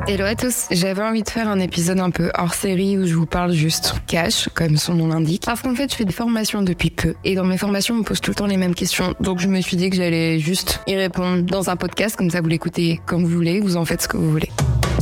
Hello à tous, j'avais envie de faire un épisode un peu hors série où je vous parle juste cash, comme son nom l'indique. Parce qu'en fait, je fais des formations depuis peu et dans mes formations, on me pose tout le temps les mêmes questions. Donc je me suis dit que j'allais juste y répondre dans un podcast, comme ça vous l'écoutez comme vous voulez, vous en faites ce que vous voulez.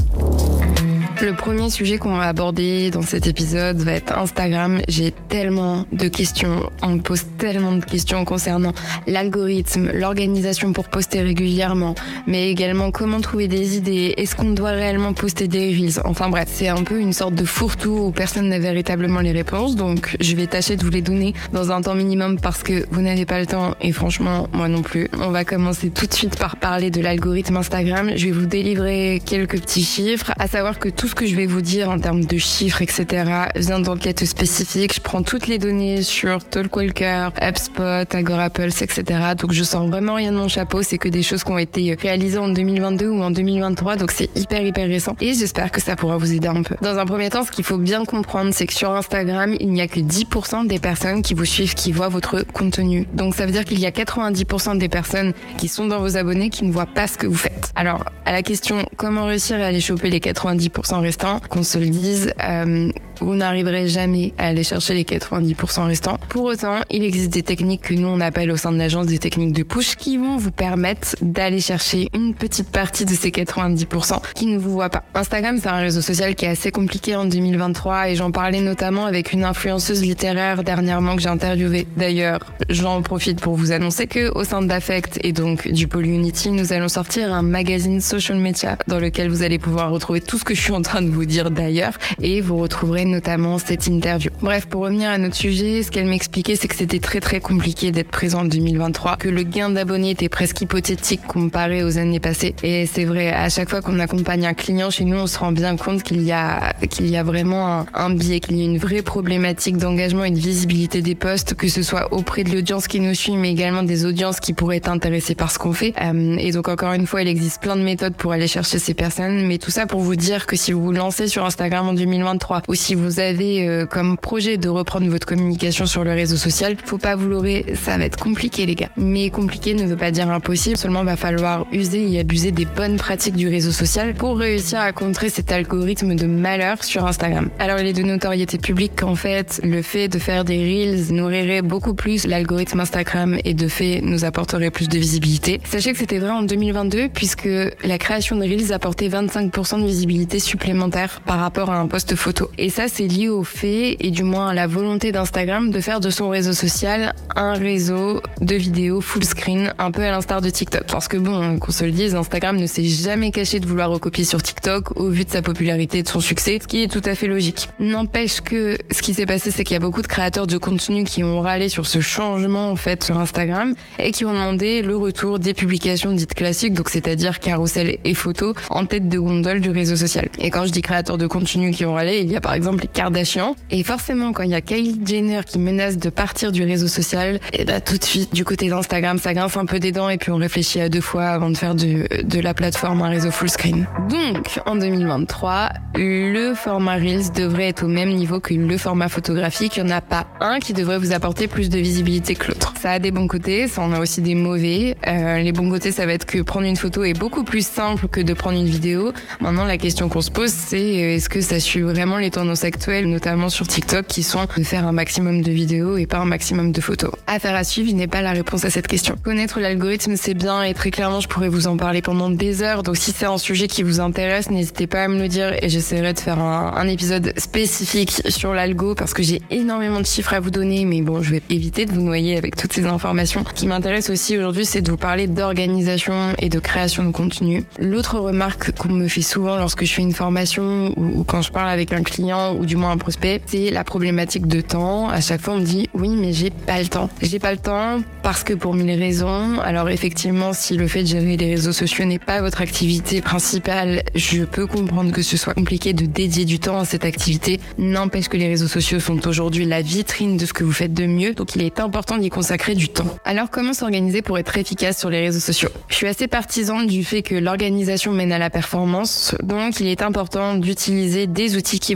Le premier sujet qu'on va aborder dans cet épisode va être Instagram. J'ai tellement de questions, on me pose tellement de questions concernant l'algorithme, l'organisation pour poster régulièrement, mais également comment trouver des idées, est-ce qu'on doit réellement poster des reels, enfin bref, c'est un peu une sorte de fourre-tout où personne n'a véritablement les réponses, donc je vais tâcher de vous les donner dans un temps minimum parce que vous n'avez pas le temps et franchement, moi non plus. On va commencer tout de suite par parler de l'algorithme Instagram. Je vais vous délivrer quelques petits chiffres, à savoir que tout ce que je vais vous dire en termes de chiffres, etc. vient d'enquêtes spécifiques. Je prends toutes les données sur Talkwalker, HubSpot, Agorapulse, etc. Donc je sors vraiment rien de mon chapeau. C'est que des choses qui ont été réalisées en 2022 ou en 2023. Donc c'est hyper récent. Et j'espère que ça pourra vous aider un peu. Dans un premier temps, ce qu'il faut bien comprendre, c'est que sur Instagram, il n'y a que 10% des personnes qui vous suivent, qui voient votre contenu. Donc ça veut dire qu'il y a 90% des personnes qui sont dans vos abonnés qui ne voient pas ce que vous faites. Alors, à la question comment réussir à aller choper les 90% restants, qu'on se le dise, vous n'arriverez jamais à aller chercher les 90% restants. Pour autant, il existe des techniques que nous on appelle au sein de l'agence des techniques de push qui vont vous permettre d'aller chercher une petite partie de ces 90% qui ne vous voient pas. Instagram, c'est un réseau social qui est assez compliqué en 2023 et j'en parlais notamment avec une influenceuse littéraire dernièrement que j'ai interviewée. D'ailleurs, j'en profite pour vous annoncer que au sein d'Affect et donc du Pôle Unity, nous allons sortir un magazine social media dans lequel vous allez pouvoir retrouver tout ce que je suis en train de vous dire d'ailleurs et vous retrouverez notamment cette interview. Bref, pour revenir à notre sujet, ce qu'elle m'expliquait, c'est que c'était très compliqué d'être présent en 2023, que le gain d'abonnés était presque hypothétique comparé aux années passées. Et c'est vrai, à chaque fois qu'on accompagne un client chez nous, on se rend bien compte qu'il y a vraiment un biais, qu'il y a une vraie problématique d'engagement et de visibilité des posts, que ce soit auprès de l'audience qui nous suit, mais également des audiences qui pourraient être intéressées par ce qu'on fait. Et donc encore une fois, il existe plein de méthodes pour aller chercher ces personnes, mais tout ça pour vous dire que si vous vous lancez sur Instagram en 2023 ou si vous avez comme projet de reprendre votre communication sur le réseau social, faut pas vous leurrer, ça va être compliqué les gars. Mais compliqué ne veut pas dire impossible, seulement va falloir user et abuser des bonnes pratiques du réseau social pour réussir à contrer cet algorithme de malheur sur Instagram. Alors il est de notoriété publique qu'en fait, le fait de faire des reels nourrirait beaucoup plus l'algorithme Instagram et de fait nous apporterait plus de visibilité. Sachez que c'était vrai en 2022 puisque la création de reels apportait 25% de visibilité supplémentaire par rapport à un post photo. Et ça, c'est lié au fait, et du moins à la volonté d'Instagram de faire de son réseau social un réseau de vidéos full screen, un peu à l'instar de TikTok. Parce que bon, qu'on se le dise, Instagram ne s'est jamais caché de vouloir recopier sur TikTok au vu de sa popularité et de son succès, ce qui est tout à fait logique. N'empêche que ce qui s'est passé, c'est qu'il y a beaucoup de créateurs de contenu qui ont râlé sur ce changement en fait sur Instagram et qui ont demandé le retour des publications dites classiques, donc c'est-à-dire carrousel et photos en tête de gondole du réseau social. Et quand je dis créateurs de contenu qui ont râlé, il y a par exemple les Kardashians. Et forcément, quand il y a Kylie Jenner qui menace de partir du réseau social, et bah tout de suite, du côté d'Instagram, ça grince un peu des dents et puis on réfléchit à deux fois avant de faire de la plateforme un réseau full screen. Donc, en 2023, le format Reels devrait être au même niveau que le format photographique. Il n'y en a pas un qui devrait vous apporter plus de visibilité que l'autre. Ça a des bons côtés, ça en a aussi des mauvais. Les bons côtés, ça va être que prendre une photo est beaucoup plus simple que de prendre une vidéo. Maintenant, la question qu'on se pose, c'est est-ce que ça suit vraiment les tendances actuelles, notamment sur TikTok, qui sont de faire un maximum de vidéos et pas un maximum de photos. Affaire à suivre, il n'est pas la réponse à cette question. Connaître l'algorithme, c'est bien et très clairement, je pourrais vous en parler pendant des heures. Donc si c'est un sujet qui vous intéresse, n'hésitez pas à me le dire et j'essaierai de faire un épisode spécifique sur l'algo parce que j'ai énormément de chiffres à vous donner, mais bon, je vais éviter de vous noyer avec toutes ces informations. Ce qui m'intéresse aussi aujourd'hui, c'est de vous parler d'organisation et de création de contenu. L'autre remarque qu'on me fait souvent lorsque je fais une formation ou quand je parle avec un client ou du moins un prospect, c'est la problématique de temps. À chaque fois, on me dit oui, mais j'ai pas le temps. J'ai pas le temps parce que pour 1000 raisons. Alors effectivement, si le fait de gérer les réseaux sociaux n'est pas votre activité principale, je peux comprendre que ce soit compliqué de dédier du temps à cette activité. N'empêche que les réseaux sociaux sont aujourd'hui la vitrine de ce que vous faites de mieux, donc il est important d'y consacrer du temps. Alors comment s'organiser pour être efficace sur les réseaux sociaux ? Je suis assez partisan du fait que l'organisation mène à la performance, donc il est important d'utiliser des outils qui vont vous permettre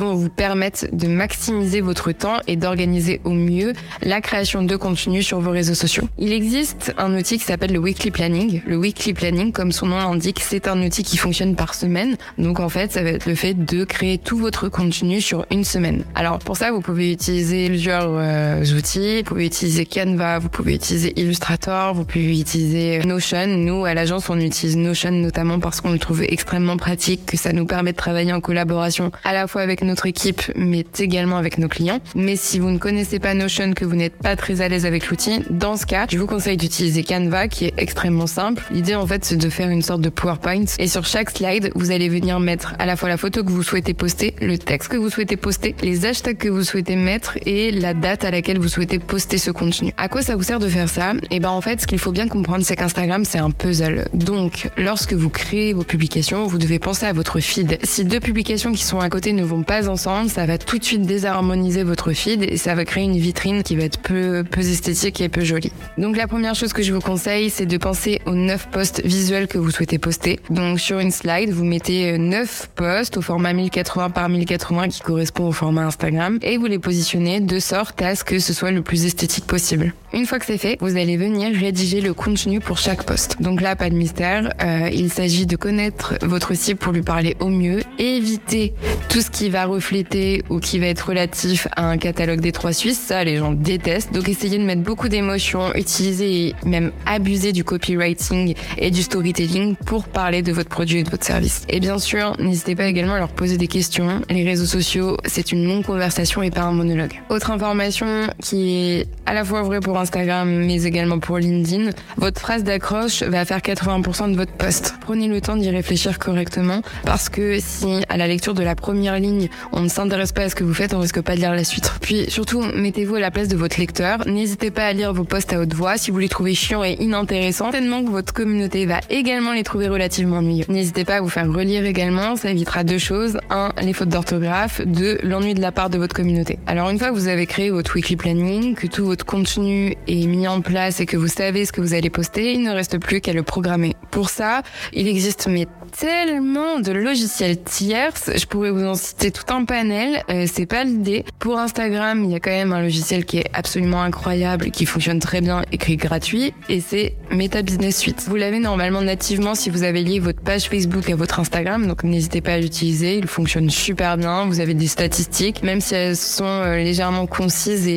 permettent de maximiser votre temps et d'organiser au mieux la création de contenu sur vos réseaux sociaux. Il existe un outil qui s'appelle le Weekly Planning. Le Weekly Planning, comme son nom l'indique, c'est un outil qui fonctionne par semaine. Donc en fait, ça va être le fait de créer tout votre contenu sur une semaine. Alors pour ça, vous pouvez utiliser plusieurs outils. Vous pouvez utiliser Canva, vous pouvez utiliser Illustrator, vous pouvez utiliser Notion. Nous, à l'agence, on utilise Notion notamment parce qu'on le trouve extrêmement pratique, que ça nous permet de travailler en collaboration à la fois avec notre équipe, mais également avec nos clients. Mais si vous ne connaissez pas Notion, que vous n'êtes pas très à l'aise avec l'outil, dans ce cas, je vous conseille d'utiliser Canva, qui est extrêmement simple. L'idée, en fait, c'est de faire une sorte de PowerPoint. Et sur chaque slide, vous allez venir mettre à la fois la photo que vous souhaitez poster, le texte que vous souhaitez poster, les hashtags que vous souhaitez mettre et la date à laquelle vous souhaitez poster ce contenu. À quoi ça vous sert de faire ça? Et ben, en fait, ce qu'il faut bien comprendre, c'est qu'Instagram, c'est un puzzle. Donc, lorsque vous créez vos publications, vous devez penser à votre feed. Si deux publications qui sont à côté ne vont pas ensemble, ça va tout de suite désharmoniser votre feed et ça va créer une vitrine qui va être peu esthétique et peu jolie. Donc la première chose que je vous conseille, c'est de penser aux 9 posts visuels que vous souhaitez poster. Donc sur une slide, vous mettez 9 posts au format 1080 par 1080 qui correspond au format Instagram et vous les positionnez de sorte à ce que ce soit le plus esthétique possible. Une fois que c'est fait, vous allez venir rédiger le contenu pour chaque post. Donc là, pas de mystère, il s'agit de connaître votre cible pour lui parler au mieux et éviter tout ce qui va refléter ou qui va être relatif à un catalogue des 3 Suisses. Ça, les gens détestent. Donc essayez de mettre beaucoup d'émotions, utiliser et même abuser du copywriting et du storytelling pour parler de votre produit et de votre service. Et bien sûr, n'hésitez pas également à leur poser des questions. Les réseaux sociaux, c'est une longue conversation et pas un monologue. Autre information qui est à la fois vraie pour Instagram mais également pour LinkedIn, votre phrase d'accroche va faire 80% de votre post. Prenez le temps d'y réfléchir correctement parce que si à la lecture de la première ligne, on ne s'intéresse pas à ce que vous faites, on risque pas de lire la suite. Puis surtout, mettez-vous à la place de votre lecteur. N'hésitez pas à lire vos posts à haute voix. Si vous les trouvez chiants et inintéressants, certainement que votre communauté va également les trouver relativement ennuyeux. N'hésitez pas à vous faire relire également. Ça évitera 2 choses. 1, les fautes d'orthographe. 2, l'ennui de la part de votre communauté. Alors une fois que vous avez créé votre weekly planning, que tout votre contenu est mis en place et que vous savez ce que vous allez poster, il ne reste plus qu'à le programmer. Pour ça, il existe tellement de logiciels tierces, je pourrais vous en citer tout un panel, c'est pas l'idée. Pour Instagram, il y a quand même un logiciel qui est absolument incroyable, qui fonctionne très bien et qui est gratuit, et c'est Meta Business Suite. Vous l'avez normalement nativement si vous avez lié votre page Facebook à votre Instagram, donc n'hésitez pas à l'utiliser, il fonctionne super bien, vous avez des statistiques, même si elles sont légèrement concises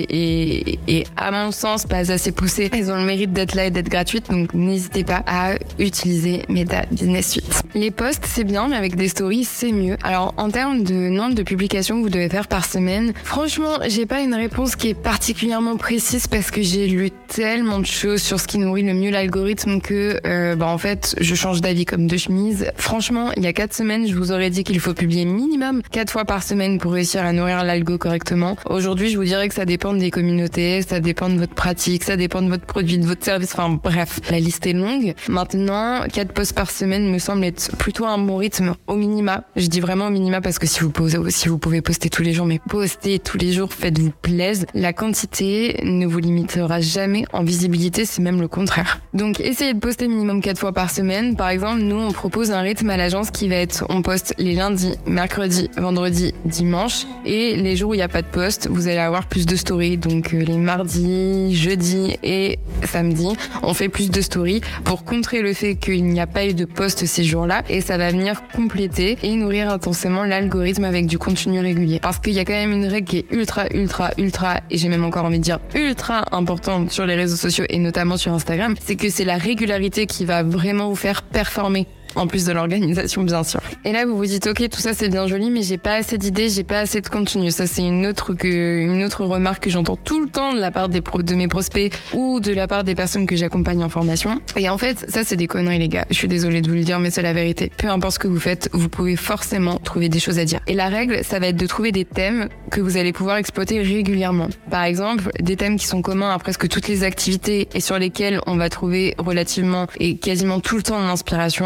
et à mon sens pas assez poussées, elles ont le mérite d'être là et d'être gratuites, donc n'hésitez pas à utiliser Meta Business Suite. Les posts, c'est bien, mais avec des stories, c'est mieux. Alors, en termes de nombre de publications que vous devez faire par semaine, franchement, j'ai pas une réponse qui est particulièrement précise parce que j'ai lu tellement de choses sur ce qui nourrit le mieux l'algorithme que, en fait, je change d'avis comme de chemise. Franchement, il y a 4 semaines, je vous aurais dit qu'il faut publier minimum 4 fois par semaine pour réussir à nourrir l'algo correctement. Aujourd'hui, je vous dirais que ça dépend des communautés, ça dépend de votre pratique, ça dépend de votre produit, de votre service. Enfin, bref, la liste est longue. Maintenant, 4 posts par semaine me semble être plutôt un bon rythme au minima. Je dis vraiment au minima parce que si vous pouvez poster tous les jours, mais postez tous les jours, faites-vous plaisir. La quantité ne vous limitera jamais en visibilité, c'est même le contraire. Donc, essayez de poster minimum 4 fois par semaine. Par exemple, nous, on propose un rythme à l'agence qui va être, on poste les lundis, mercredis, vendredis, dimanche. Et les jours où il n'y a pas de post, vous allez avoir plus de stories. Donc, les mardis, jeudis et samedis, on fait plus de stories pour contrer le fait qu'il n'y a pas eu de post ces jours-là. Et ça va venir compléter et nourrir intensément l'algorithme avec du contenu régulier. Parce qu'il y a quand même une règle qui est ultra, et j'ai même encore envie de dire ultra importante sur les réseaux sociaux et notamment sur Instagram, c'est que c'est la régularité qui va vraiment vous faire performer. En plus de l'organisation, bien sûr. Et là, vous vous dites, ok, tout ça c'est bien joli, mais j'ai pas assez d'idées, j'ai pas assez de contenu. Ça, c'est une autre remarque que j'entends tout le temps de la part de mes prospects ou de la part des personnes que j'accompagne en formation. Et en fait, ça, c'est des conneries, les gars. Je suis désolée de vous le dire, mais c'est la vérité. Peu importe ce que vous faites, vous pouvez forcément trouver des choses à dire. Et la règle, ça va être de trouver des thèmes que vous allez pouvoir exploiter régulièrement. Par exemple, des thèmes qui sont communs à presque toutes les activités et sur lesquels on va trouver relativement et quasiment tout le temps de l'inspiration. Ça va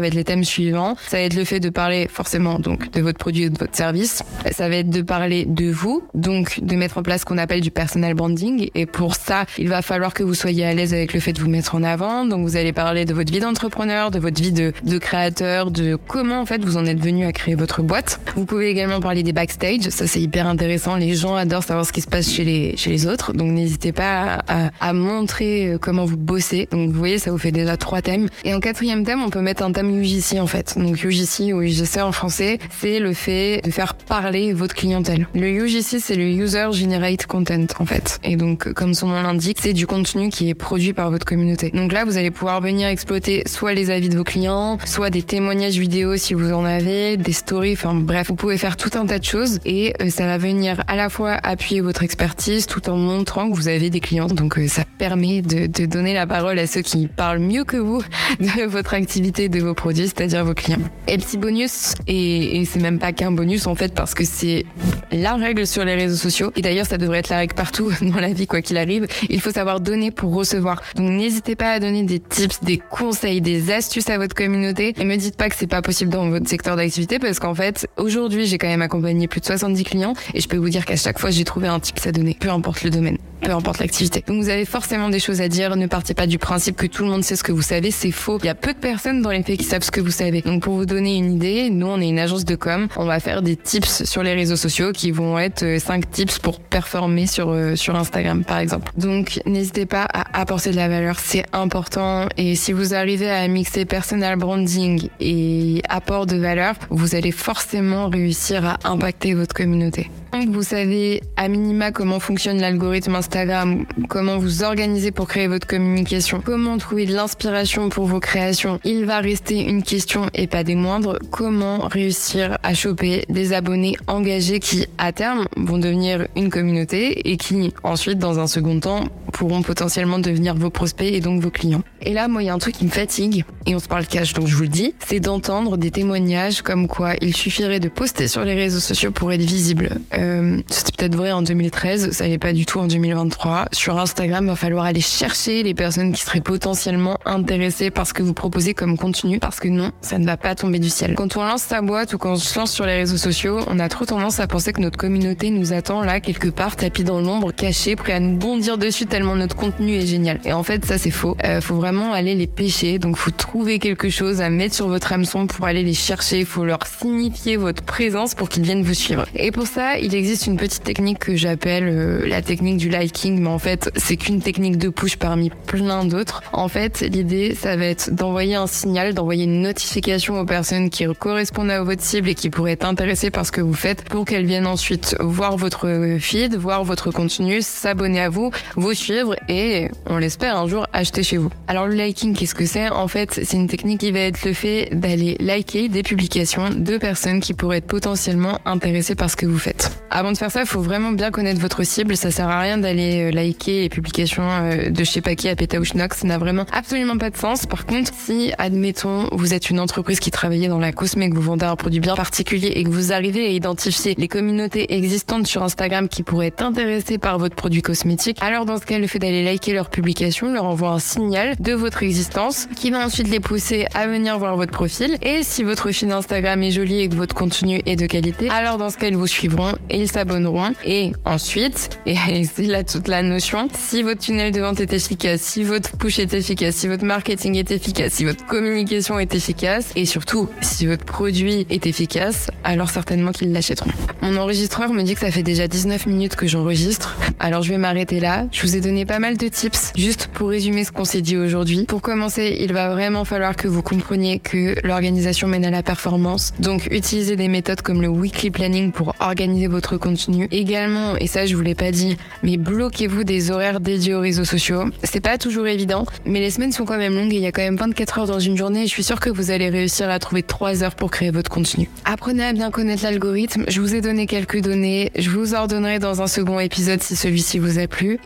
va être les thèmes suivants. Ça va être le fait de parler forcément donc de votre produit ou de votre service. Ça va être de parler de vous, donc de mettre en place ce qu'on appelle du personal branding. Et pour ça, il va falloir que vous soyez à l'aise avec le fait de vous mettre en avant. Donc vous allez parler de votre vie d'entrepreneur, de votre vie de créateur, de comment en fait vous en êtes venu à créer votre boîte. Vous pouvez également parler des backstage. Ça c'est hyper intéressant. Les gens adorent savoir ce qui se passe chez les autres. Donc n'hésitez pas à montrer comment vous bossez. Donc vous voyez, ça vous fait déjà 3 thèmes. Et en 4e thème, on peut mettre un thème UGC en fait. Donc UGC ou UGC en français, c'est le fait de faire parler votre clientèle. Le UGC, c'est le User Generate Content en fait. Et donc comme son nom l'indique, c'est du contenu qui est produit par votre communauté. Donc là, vous allez pouvoir venir exploiter soit les avis de vos clients, soit des témoignages vidéo si vous en avez, des stories, enfin bref, vous pouvez faire tout un tas de choses et ça va venir à la fois appuyer votre expertise tout en montrant que vous avez des clients. Donc ça permet de donner la parole à ceux qui parlent mieux que vous de votre activité, de vos produits, c'est-à-dire vos clients. Et petit bonus, et c'est même pas qu'un bonus en fait parce que c'est la règle sur les réseaux sociaux, et d'ailleurs ça devrait être la règle partout dans la vie quoi qu'il arrive, il faut savoir donner pour recevoir. Donc n'hésitez pas à donner des tips, des conseils, des astuces à votre communauté et me dites pas que c'est pas possible dans votre secteur d'activité parce qu'en fait aujourd'hui j'ai quand même accompagné plus de 70 clients et je peux vous dire qu'à chaque fois j'ai trouvé un tips à donner, peu importe le domaine, peu importe l'activité. Donc vous avez forcément des choses à dire, ne partez pas du principe que tout le monde sait ce que vous savez, c'est faux. Il y a peu de personnes dans les faits qui savent ce que vous savez. Donc pour vous donner une idée, nous on est une agence de com, on va faire des tips sur les réseaux sociaux qui vont être 5 tips pour performer sur Instagram par exemple. Donc n'hésitez pas à apporter de la valeur, c'est important, et si vous arrivez à mixer personal branding et apport de valeur, vous allez forcément réussir à impacter votre communauté. Donc vous savez à minima comment fonctionne l'algorithme Instagram, comment vous organisez pour créer votre communication, comment trouver de l'inspiration pour vos créations. Il va rester une question et pas des moindres, comment réussir à choper des abonnés engagés qui à terme vont devenir une communauté et qui ensuite dans un second temps pourront potentiellement devenir vos prospects et donc vos clients. Et là moi il y a un truc qui me fatigue et on se parle cash donc je vous le dis, c'est d'entendre des témoignages comme quoi il suffirait de poster sur les réseaux sociaux pour être visible. C'était peut-être vrai en 2013, ça n'est pas du tout en 2023. Sur Instagram, il va falloir aller chercher les personnes qui seraient potentiellement intéressées par ce que vous proposez comme contenu, parce que non, ça ne va pas tomber du ciel. Quand on lance sa boîte ou quand on se lance sur les réseaux sociaux, on a trop tendance à penser que notre communauté nous attend là, quelque part, tapis dans l'ombre, caché, prêt à nous bondir dessus tellement notre contenu est génial. Et en fait, ça c'est faux. Faut vraiment aller les pêcher, donc faut trouver quelque chose à mettre sur votre hameçon pour aller les chercher, il faut leur signifier votre présence pour qu'ils viennent vous suivre. Et pour ça, il existe une petite technique que j'appelle la technique du liking, mais en fait c'est qu'une technique de push parmi plein d'autres. En fait l'idée ça va être d'envoyer un signal, d'envoyer une notification aux personnes qui correspondent à votre cible et qui pourraient être intéressées par ce que vous faites pour qu'elles viennent ensuite voir votre feed, voir votre contenu, s'abonner à vous, vous suivre et on l'espère un jour acheter chez vous. Alors le liking, qu'est-ce que c'est? En fait c'est une technique qui va être le fait d'aller liker des publications de personnes qui pourraient être potentiellement intéressées par ce que vous faites. Avant de faire ça, il faut vraiment bien connaître votre cible. Ça sert à rien d'aller liker les publications de je sais pas qui à Péta ou Schnock. Ça n'a vraiment absolument pas de sens. Par contre, si, admettons, vous êtes une entreprise qui travaille dans la cosmé, que vous vendez un produit bien particulier et que vous arrivez à identifier les communautés existantes sur Instagram qui pourraient être intéressées par votre produit cosmétique, alors dans ce cas, le fait d'aller liker leurs publications leur envoie un signal de votre existence qui va ensuite les pousser à venir voir votre profil. Et si votre feed Instagram est joli et que votre contenu est de qualité, alors dans ce cas, ils vous suivront et ils s'abonneront. Et ensuite, et c'est là toute la notion, si votre tunnel de vente est efficace, si votre push est efficace, si votre marketing est efficace, si votre communication est efficace et surtout si votre produit est efficace, alors certainement qu'ils l'achèteront. Mon enregistreur me dit que ça fait déjà 19 minutes que j'enregistre, alors je vais m'arrêter là. Je vous ai donné pas mal de tips juste pour résumer ce qu'on s'est dit aujourd'hui. Pour commencer, il va vraiment falloir que vous compreniez que l'organisation mène à la performance, donc utilisez des méthodes comme le weekly planning pour organiser votre contenu. Également, et ça je vous l'ai pas dit, mais bloquez-vous des horaires dédiés aux réseaux sociaux. C'est pas toujours évident, mais les semaines sont quand même longues et il y a quand même 24 heures dans une journée et je suis sûre que vous allez réussir à trouver 3 heures pour créer votre contenu. Apprenez à bien connaître l'algorithme. Je vous ai donné quelques données. Je vous en redonnerai dans un second épisode si celui-ci vous a plu. Et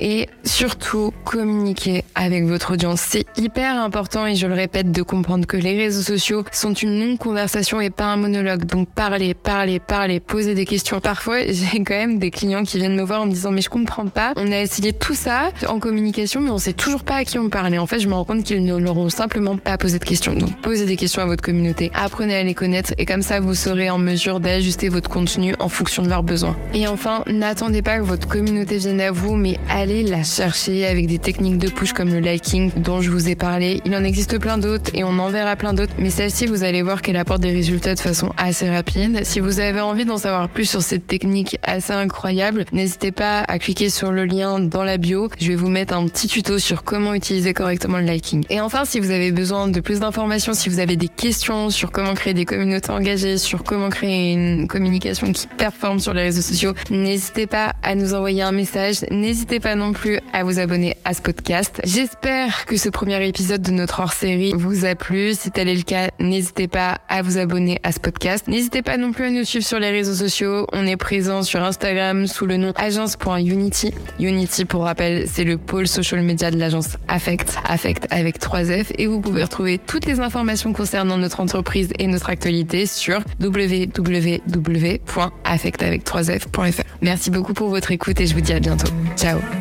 surtout communiquer avec votre audience. C'est hyper important et je le répète de comprendre que les réseaux sociaux sont une longue conversation et pas un monologue. Donc parlez, posez des questions. Parfois, j'ai quand même des clients qui viennent me voir en me disant mais je comprends pas. On a essayé tout ça en communication mais on sait toujours pas à qui on parle. Et en fait, je me rends compte qu'ils ne leur ont simplement pas posé de questions. Donc posez des questions à votre communauté, apprenez à les connaître et comme ça vous serez en mesure d'ajuster votre contenu en fonction de leurs besoins. Et enfin, n'attendez pas que votre communauté vienne à vous, mais allez la chercher avec des techniques de push comme le liking dont je vous ai parlé. Il en existe plein d'autres et on en verra plein d'autres, mais celle-ci vous allez voir qu'elle apporte des résultats de façon assez rapide. Si vous avez envie d'en savoir plus sur cette technique assez incroyable, n'hésitez pas à cliquer sur le lien dans la bio. Je vais vous mettre un petit tuto sur comment utiliser correctement le liking. Et enfin, si vous avez besoin de plus d'informations, si vous avez des questions sur comment créer des communautés engagées, sur comment créer une communication qui performe sur les réseaux sociaux, n'hésitez pas à nous envoyer un message. N'hésitez pas non plus à vous abonner à ce podcast. J'espère que ce premier épisode de notre hors-série vous a plu. Si tel est le cas, n'hésitez pas à vous abonner à ce podcast. N'hésitez pas non plus à nous suivre sur les réseaux sociaux. On est présent sur Instagram sous le nom agence.unity. Unity, pour rappel, c'est le pôle social media de l'agence Affect avec 3F. Et vous pouvez retrouver toutes les informations concernant notre entreprise et notre actualité sur www.affectavec3f.fr. Merci beaucoup pour votre écoute et je vous dis à bientôt. Ciao.